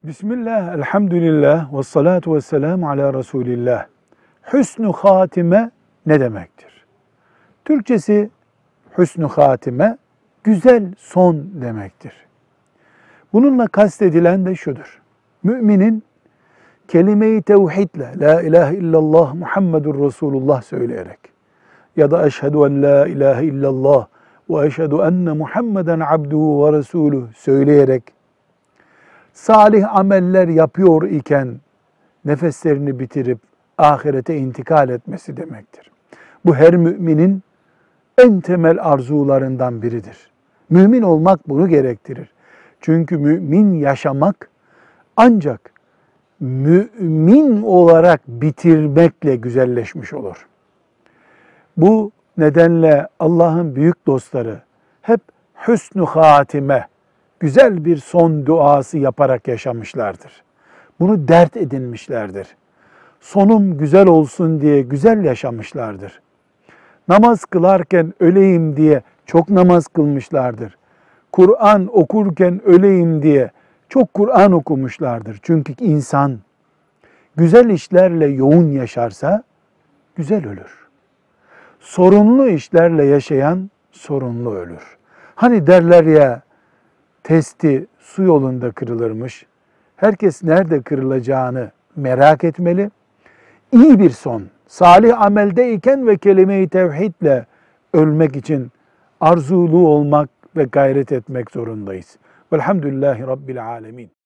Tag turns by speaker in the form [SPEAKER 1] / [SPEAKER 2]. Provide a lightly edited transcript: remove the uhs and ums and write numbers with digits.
[SPEAKER 1] Bismillah, elhamdülillah, ve salatu ve selamu ala Resulillah. Hüsnü hatime ne demektir? Türkçesi hüsnü hatime, güzel son demektir. Bununla kastedilen de şudur. Müminin kelime-i tevhidle, la ilahe illallah Muhammedur Resulullah söyleyerek ya da eşhedü en la ilahe illallah ve eşhedü enne Muhammeden abduhu ve resuluhu söyleyerek salih ameller yapıyor iken nefeslerini bitirip ahirete intikal etmesi demektir. Bu her müminin en temel arzularından biridir. Mümin olmak bunu gerektirir. Çünkü mümin yaşamak ancak mümin olarak bitirmekle güzelleşmiş olur. Bu nedenle Allah'ın büyük dostları hep hüsnü hatime, güzel bir son duası yaparak yaşamışlardır. Bunu dert edinmişlerdir. Sonum güzel olsun diye güzel yaşamışlardır. Namaz kılarken öleyim diye çok namaz kılmışlardır. Kur'an okurken öleyim diye çok Kur'an okumuşlardır. Çünkü insan güzel işlerle yoğun yaşarsa güzel ölür. Sorunlu işlerle yaşayan sorunlu ölür. Hani derler ya, testi su yolunda kırılırmış. Herkes nerede kırılacağını merak etmeli. İyi bir son, salih ameldeyken ve kelime-i tevhidle ölmek için arzulu olmak ve gayret etmek zorundayız. Velhamdülillahi Rabbil alemin.